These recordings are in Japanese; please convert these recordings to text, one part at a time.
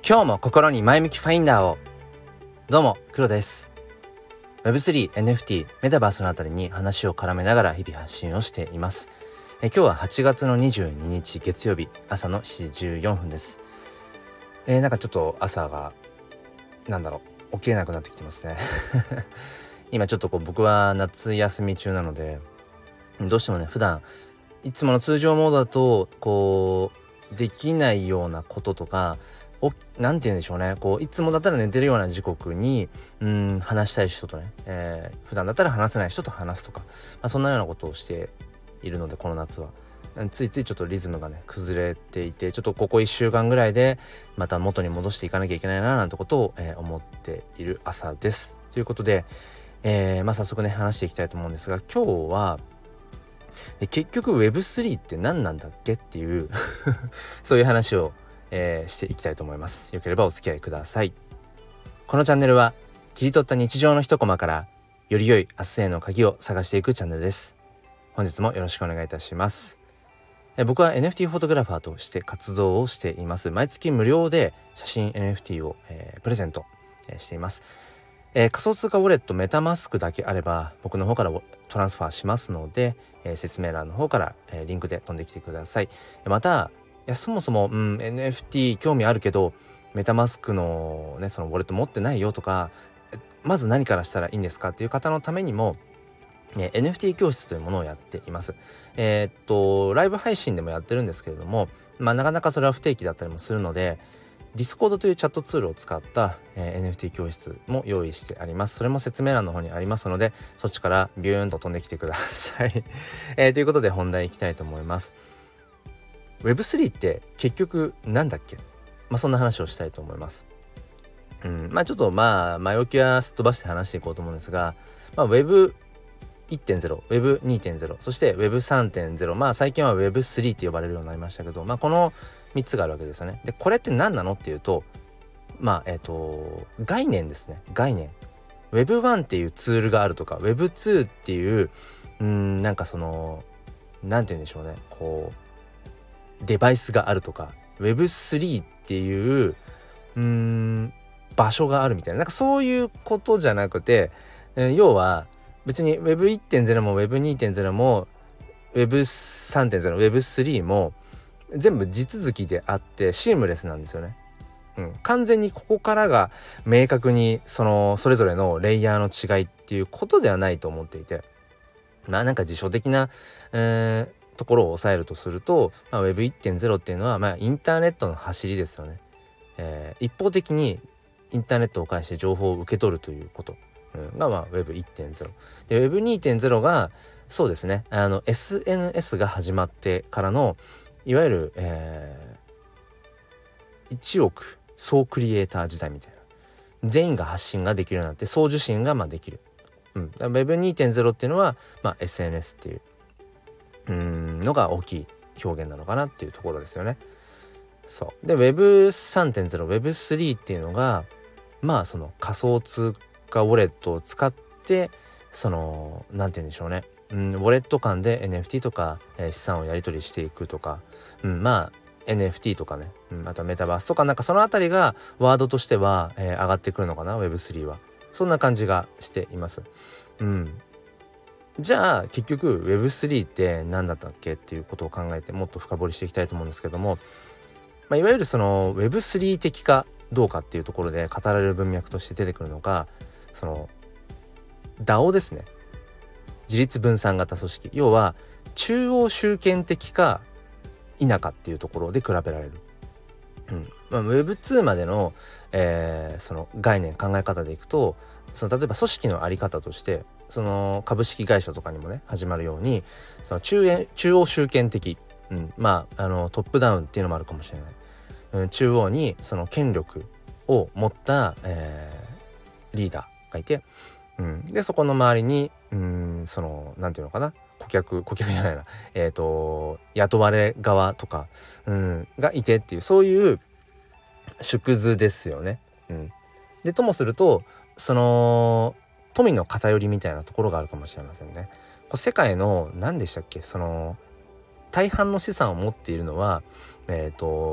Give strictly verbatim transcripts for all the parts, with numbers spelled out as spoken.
今日も心に前向きファインダーを。どうも黒です。 ウェブスリー、エヌエフティー、メタバースのあたりに話を絡めながら日々発信をしています。え今日ははちがつのにじゅうににち月曜日、朝のしちじじゅうよんぷんです。えー、なんかちょっと朝がなんだろう起きれなくなってきてますね今ちょっとこう僕は夏休み中なので、どうしてもね普段いつもの通常モードだとこうできないようなこととか、おなんて言うんでしょうね、こういつもだったら寝てるような時刻にうん話したい人とね、えー、普段だったら話せない人と話すとか、まあ、そんなようなことをしているので、この夏はついついちょっとリズムがね崩れていて、ちょっとここいっしゅうかんぐらいでまた元に戻していかなきゃいけないななんてことを、えー、思っている朝です。ということで、えー、まあ早速ね話していきたいと思うんですが、今日はで結局 ウェブスリー って何なんだっけっていうそういう話を、えー、していきたいと思います。よければお付き合いください。このチャンネルは切り取った日常の一コマからより良い明日への鍵を探していくチャンネルです。本日もよろしくお願いいたします。え僕は エヌエフティー フォトグラファーとして活動をしています。毎月無料で写真 エヌエフティー を、えー、プレゼント、えー、しています。えー、仮想通貨ウォレットメタマスクだけあれば僕の方からトランスファーしますので、えー、説明欄の方から、えー、リンクで飛んできてください。またいやそもそも、うん、エヌエフティー 興味あるけどメタマスクのねそのウォレット持ってないよとか、まず何からしたらいいんですかっていう方のためにも、えー、エヌエフティー 教室というものをやっています。えー、っとライブ配信でもやってるんですけれども、まあなかなかそれは不定期だったりもするので、ディスコードというチャットツールを使った、えー、エヌエフティー 教室も用意してあります。それも説明欄の方にありますので、そっちからビューンと飛んできてください、えー、ということで本題いきたいと思います。 ウェブスリー って結局なんだっけ、まあ、そんな話をしたいと思います。うん、まあちょっとまあ前置きはすっ飛ばして話していこうと思うんですが、まあ、Webいってんゼロ、ウェブにてんゼロ、そして ウェブさんてんゼロ、 まあ最近は ウェブスリー って呼ばれるようになりましたけど、まあこのみっつがあるわけですよね。でこれって何なのっていうと、まあえっと概念ですね。概念 ウェブワン っていうツールがあるとか ウェブツー っていううーんなんかそのなんて言うんでしょうね、こうデバイスがあるとか ウェブスリー っていううーん場所があるみたいな、なんかそういうことじゃなくて、えー要は別に ウェブいってんゼロ も ウェブにてんゼロ も ウェブさんてんゼロ、ウェブスリー も全部地続きであってシームレスなんですよね。うん、完全にここからが明確にそのそれぞれのレイヤーの違いっていうことではないと思っていて、まあなんか辞書的な、えー、ところを抑えるとすると、まあ、ウェブいってんゼロ っていうのは、まあ、インターネットの走りですよね。えー、一方的にインターネットを介して情報を受け取るということが、まあ、ウェブいってんゼロ で ウェブにてんゼロ がそうですね、あの エスエヌエス が始まってからのいわゆる、えー、いちおく総クリエイター時代みたいな、全員が発信ができるようになって送受信がまあできる、うん、ウェブにてんゼロ っていうのは、まあ、エスエヌエス っていううーんのが大きい表現なのかなっていうところですよね。そうで ウェブさんてんゼロ、ウェブスリー っていうのがまあその仮想通貨ウォレットを使ってそのなんて言うんでしょうね、うん、ウォレット間で エヌエフティー とか、えー、資産をやり取りしていくとか、うん、まあ エヌエフティー とかね、うん、あとはメタバースとかなんかそのあたりがワードとしては、えー、上がってくるのかな、 ウェブスリー はそんな感じがしています。うん、じゃあ結局 ウェブスリー って何だったっけっていうことを考えてもっと深掘りしていきたいと思うんですけども、まあ、いわゆるその ウェブスリー 的かどうかっていうところで語られる文脈として出てくるのがその ダオ ですね。自立分散型組織、要は中央集権的か否かっていうところで比べられる。うんまあ、ウェブツー までの、えー、その概念考え方でいくと、その例えば組織のあり方としてその株式会社とかにもね始まるようにその 中, 中央集権的、うん、まああのトップダウンっていうのもあるかもしれない、うん、中央にその権力を持った、えー、リーダーがいて、うん、でそこの周りにうんそのなんていうのかな、顧客顧客じゃないなえっ、ー、と雇われ側とか、うん、がいてっていうそういう縮図ですよね。うん、でともするとその富の偏りみたいなところがあるかもしれませんね。世界の何でしたっけ、その大半の資産を持っているのは、えーと、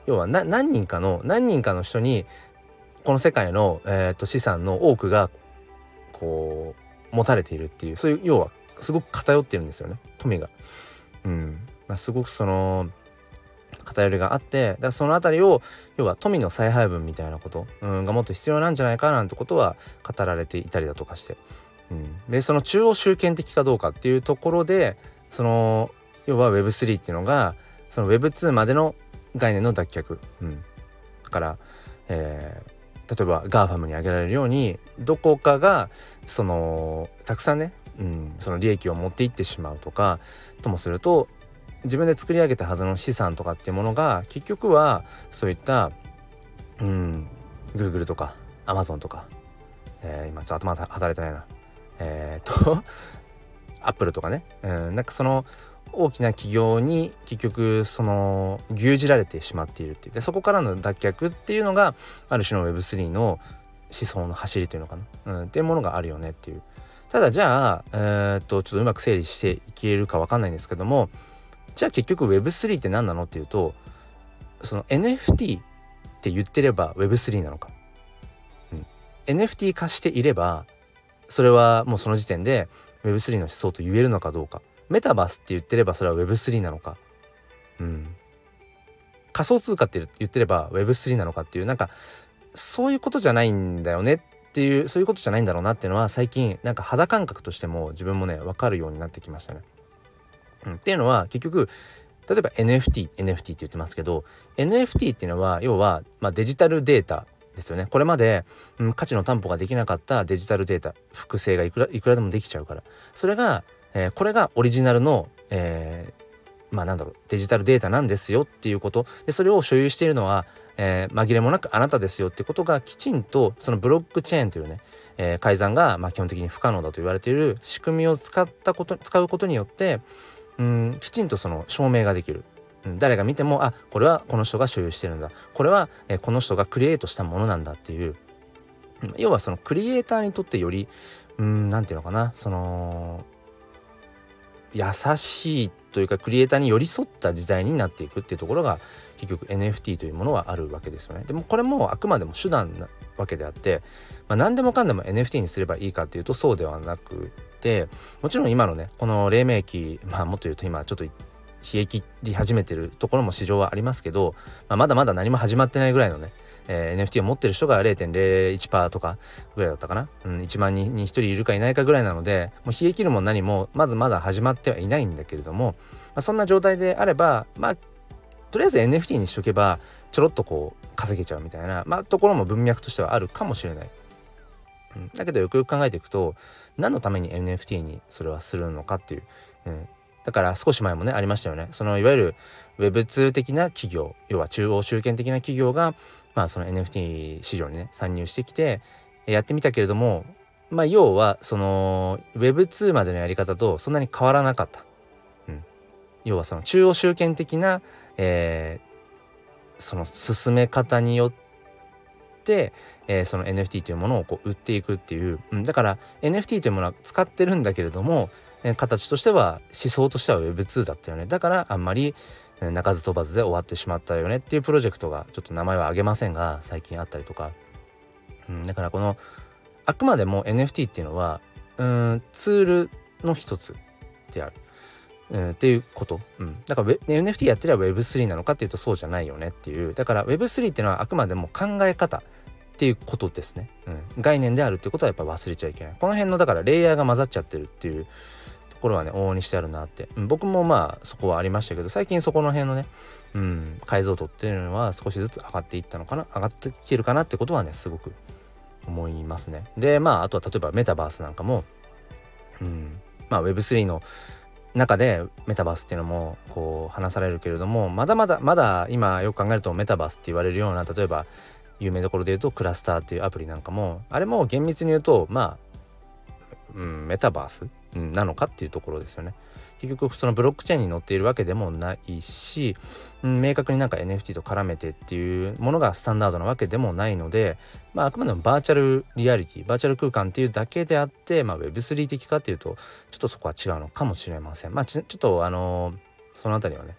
要はな何人かの何人かの人にこの世界の、えー、と資産の多くがこう持たれているっていう、そういう要はすごく偏ってるんですよね、富が。うん、まあ、すごくその偏りがあって、だからそのあたりを要は富の再配分みたいなこと、うん、がもっと必要なんじゃないかなんてことは語られていたりだとかして、うん、でその中央集権的かどうかっていうところで、その要は ウェブスリー っていうのがその ウェブツー までの概念の脱却、うん、だから、えー、例えば ガーファム に挙げられるようにどこかがそのたくさんね、うん、その利益を持っていってしまうとかともすると、自分で作り上げたはずの資産とかっていうものが結局はそういった、うん、Google とか Amazon とか、えー、今ちょっと頭働いてないなえー、っとApple とかね、うん、なんかその大きな企業に結局その牛耳られてしまっているっていうで、そこからの脱却っていうのがある種の ウェブスリー の思想の走りというのかな、うん、っていうものがあるよねっていう。ただじゃあ、えー、っとちょっとうまく整理していけるか分かんないんですけども、じゃあ結局 ウェブスリー って何なのっていうと、その エヌエフティー って言ってれば ウェブスリー なのか、うん、エヌエフティー 化していればそれはもうその時点で ウェブスリー の思想と言えるのかどうか、メタバースって言ってればそれは ウェブスリー なのか、うん、仮想通貨って言ってれば ウェブスリー なのかっていう、なんかそういうことじゃないんだよねっていう、そういうことじゃないんだろうなっていうのは最近なんか肌感覚としても自分もね分かるようになってきましたね。うん、っていうのは結局例えば エヌエフティー、エヌエフティー って言ってますけど、 エヌエフティー っていうのは要は、まあ、デジタルデータですよね。これまで、うん、価値の担保ができなかったデジタルデータ、複製がいくらいくらでもできちゃうから、それが、えー、これがオリジナルの、えー、まあなんだろうデジタルデータなんですよっていうことで、それを所有しているのは、えー、紛れもなくあなたですよってことがきちんとそのブロックチェーンというね、えー、改ざんが、まあ、基本的に不可能だと言われている仕組みを使ったこと使うことによってうん、きちんとその証明ができる、うん、誰が見てもあこれはこの人が所有してるんだ、これは、えー、この人がクリエイトしたものなんだっていう、うん、要はそのクリエイターにとってよりうんなんていうのかな、その優しいというかクリエイターに寄り添った時代になっていくっていうところが結局 エヌエフティー というものはあるわけですよね。でもこれもあくまでも手段なわけであって、まあ、何でもかんでも エヌエフティー にすればいいかっていうとそうではなくて、もちろん今のねこの黎明期、まあもっと言うと今ちょっと冷え切り始めてるところも市場はありますけど、まあ、まだまだ何も始まってないぐらいのね、えー、エヌエフティー を持ってる人が ゼロてんゼロいちパーセント とかぐらいだったかな、うん、いちまんにんにひとりいるかいないかぐらいなので、もう冷え切るも何もまずまだ始まってはいないんだけれども、まあ、そんな状態であればまあとりあえず エヌエフティー にしとけばちょろっとこう稼げちゃうみたいな、まあ、ところも文脈としてはあるかもしれない、うん、だけどよくよく考えていくと何のために エヌエフティー にそれはするのかっていう、うん、だから少し前もねありましたよね、そのいわゆる ウェブツー 的な企業、要は中央集権的な企業が、まあ、その エヌエフティー 市場にね参入してきてやってみたけれども、まあ要はその ウェブツー までのやり方とそんなに変わらなかった、うん、要はその中央集権的なえー、その進め方によって、えー、その エヌエフティー というものをこう売っていくっていう、うん、だから エヌエフティー というものは使ってるんだけれども、えー、形としては思想としては ウェブツー だったよね、だからあんまり鳴かず飛ばずで終わってしまったよねっていうプロジェクトがちょっと名前は挙げませんが最近あったりとか、うん、だからこのあくまでも エヌエフティー っていうのはうんツールの一つである。うん、っていうこと、うん、だから エヌエフティー やってれば ウェブスリー なのかっていうとそうじゃないよねっていう、だから ウェブスリー っていうのはあくまでも考え方っていうことですね、うん、概念であるっていうことはやっぱ忘れちゃいけない。この辺のだからレイヤーが混ざっちゃってるっていうところはね往々にしてあるなって、うん、僕もまあそこはありましたけど最近そこの辺のね、うん、解像度っていうのは少しずつ上がっていったのかな上がってきてるかなってことはねすごく思いますね。でまああとは例えばメタバースなんかも、うん、まあ ウェブスリー の中でメタバースっていうのもこう話されるけれども、まだまだまだ今よく考えるとメタバースって言われるような、例えば有名どころで言うとクラスターっていうアプリなんかも、あれも厳密に言うとまあ、うん、メタバースなのかっていうところですよね。結局そのブロックチェーンに載っているわけでもないし、うん、明確になんか エヌエフティー と絡めてっていうものがスタンダードなわけでもないので、まあ、あくまでもバーチャルリアリティバーチャル空間っていうだけであって、まあ、ウェブスリー 的かっていうとちょっとそこは違うのかもしれません。まあち、ちょっとあのー、そのあたりはね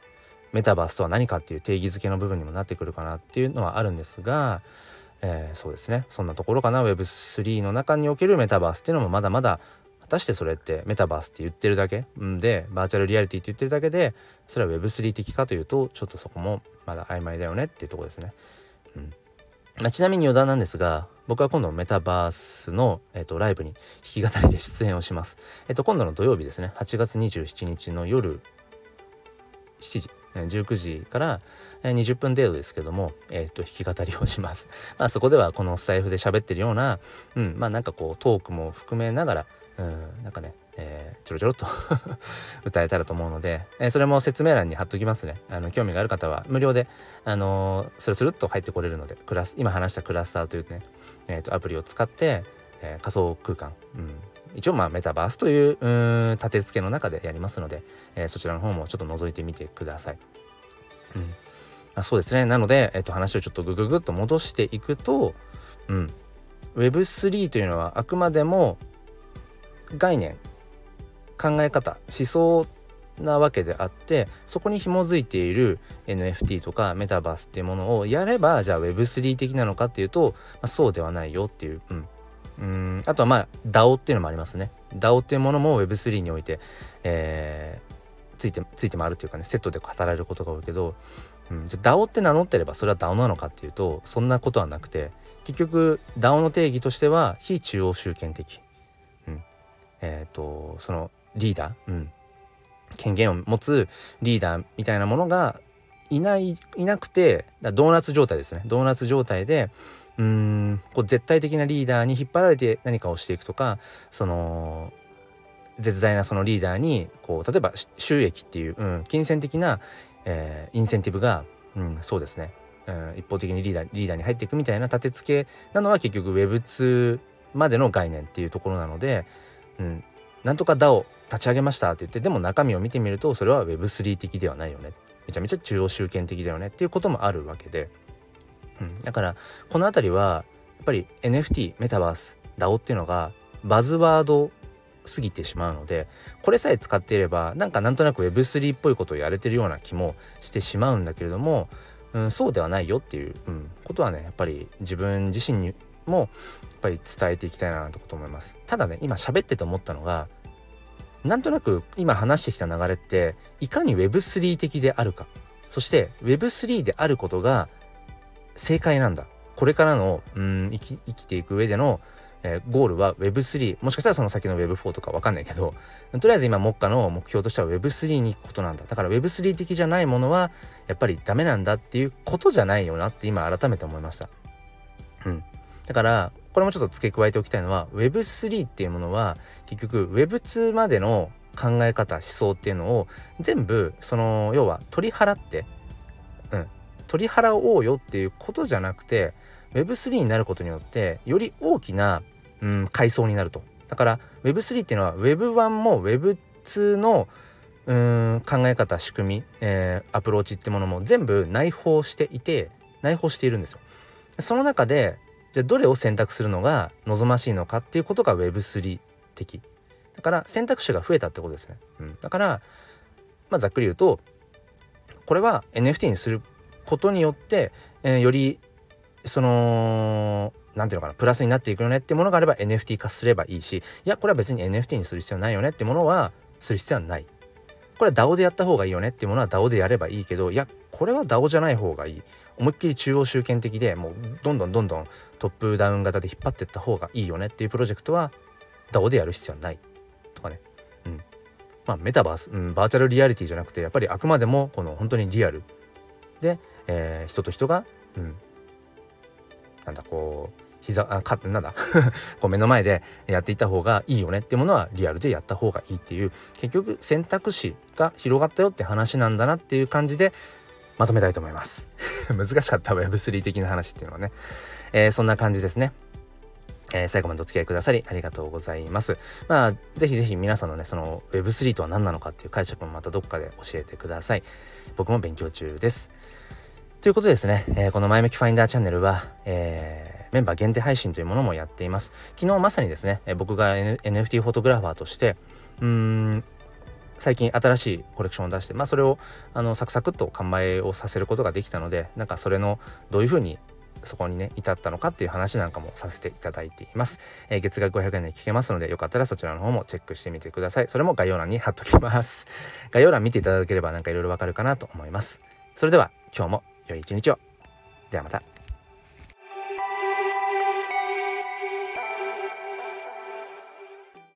メタバースとは何かっていう定義づけの部分にもなってくるかなっていうのはあるんですが、えー、そうですね、そんなところかな。 ウェブスリー の中におけるメタバースっていうのもまだまだ、果たしてそれってメタバースって言ってるだけで、バーチャルリアリティって言ってるだけでそれは ウェブスリー 的かというと、ちょっとそこもまだ曖昧だよねっていうところですね。うんまあ、ちなみに余談なんですが、僕は今度メタバースの、えー、とライブに弾き語りで出演をします。えっ、と今度の土曜日ですね、はちがつにじゅうしちにちの夜しちじ、じゅうくじからにじゅっぷん程度ですけども、えっ、と弾き語りをします。まあそこではこのスタイフで喋ってるような、うんまあなんかこうトークも含めながら、うんなんかね、えー、ちょろちょろっと歌えたらと思うので、えー、それも説明欄に貼っときますね。あの興味がある方は無料で、あのー、スルスルっと入ってこれるので、クラス今話したクラスターというね、えー、とアプリを使って、えー、仮想空間、うん、一応まあメタバースという、うーん立て付けの中でやりますので、えー、そちらの方もちょっと覗いてみてください。うんあ、そうですね。なので、えっと、話をちょっとグググっと戻していくと、うん、ウェブスリー というのはあくまでも概念、考え方、思想なわけであって、そこに紐づいている エヌエフティー とかメタバースっていうものをやれば、じゃあ ウェブスリー 的なのかっていうと、まあ、そうではないよっていう、うん、うんあとはまあ ダオ っていうのもありますね。ダオ っていうものも ウェブスリー において、えー、ついてついて回るというかね、セットで語られることが多いけど、うん、じゃあ ダオ って名乗ってればそれは ダオ なのかっていうと、そんなことはなくて、結局 ダオ の定義としては非中央集権的、うん、えっ、ー、とそのリーダー、うん、権限を持つリーダーみたいなものがいないいなくて、だドーナツ状態ですね。ドーナツ状態でうーんこう絶対的なリーダーに引っ張られて何かをしていくとか、その絶大なそのリーダーにこう例えば収益っていう、うん、金銭的な、えー、インセンティブが、うん、そうですね、うん、一方的にリーダーリーダーに入っていくみたいな立て付けなのは結局 ウェブツー までの概念っていうところなので、うん、なんとか ダオ 立ち上げましたって言って、でも中身を見てみるとそれは ウェブスリー 的ではないよね、めちゃめちゃ中央集権的だよねっていうこともあるわけで、うん、だからこのあたりはやっぱり エヌエフティー メタバース ダオ っていうのがバズワード過ぎてしまうので、これさえ使っていればなんかなんとなく ウェブスリー っぽいことをやれてるような気もしてしまうんだけれども、うん、そうではないよっていう、うん、ことはね、やっぱり自分自身にもやっぱり伝えていきたいなとこと思います。ただね、今喋ってて思ったのが、なんとなく今話してきた流れっていかに ウェブスリー 的であるか、そして ウェブスリー であることが正解なんだ、これからのうん生き、生きていく上での、えー、ゴールは ウェブスリー、もしかしたらその先の ウェブフォー とか分かんないけど、とりあえず今目下の目標としては ウェブスリー に行くことなんだ。だから ウェブスリー 的じゃないものはやっぱりダメなんだっていうことじゃないよなって今改めて思いました。うん。だからこれもちょっと付け加えておきたいのは、 ウェブスリー っていうものは結局 ウェブツー までの考え方、思想っていうのを全部その要は取り払って、うん、取り払おうよっていうことじゃなくて、 ウェブスリー になることによってより大きな、うん、階層になると。だから ウェブスリー っていうのは ウェブワン も ウェブツー のうーん考え方、仕組み、えー、アプローチってものも全部内包していて内包しているんですよ。その中でじゃあどれを選択するのが望ましいのかっていうことが ウェブスリー 的だから、選択肢が増えたってことですね。うん、だからまあざっくり言うと、これは エヌエフティー にすることによって、えー、よりそのなんていうのかな、プラスになっていくよねってものがあれば エヌエフティー 化すればいいし、いやこれは別に エヌエフティー にする必要ないよねってものはする必要はない。これは ダオ でやった方がいいよねっていうものは ダオ でやればいいけど、いやこれは ダオ じゃない方がいい、思いっきり中央集権的でもうどんどんどんどんトップダウン型で引っ張っていった方がいいよねっていうプロジェクトは ダオ でやる必要はないとかね。うん、まあメタバース、うん、バーチャルリアリティじゃなくて、やっぱりあくまでもこの本当にリアルで、えー、人と人が、うん、なんだこう膝あかなんだこう目の前でやっていった方がいいよねっていうものはリアルでやった方がいいっていう、結局選択肢が広がったよって話なんだなっていう感じでまとめたいと思います難しかった ウェブスリー 的な話っていうのはね、えー、そんな感じですね。えー、最後までお付き合いくださりありがとうございます。まあぜひぜひ皆さんのね、その ウェブスリー とは何なのかっていう解釈もまたどっかで教えてください。僕も勉強中です。ということでですね、えー、この前向きファインダーチャンネルは、えー、メンバー限定配信というものもやっています。昨日まさにですね、えー、僕が、N、エヌエフティー フォトグラファーとしてうーん最近新しいコレクションを出して、まあそれをあのサクサクっと完売をさせることができたので、なんかそれのどういうふうにそこにね至ったのかっていう話なんかもさせていただいています。えー、月額ごひゃくえんで聞けますので、よかったらそちらの方もチェックしてみてください。それも概要欄に貼っときます。概要欄見ていただければなんかいろいろわかるかなと思います。それでは今日も良い一日を。ではまた。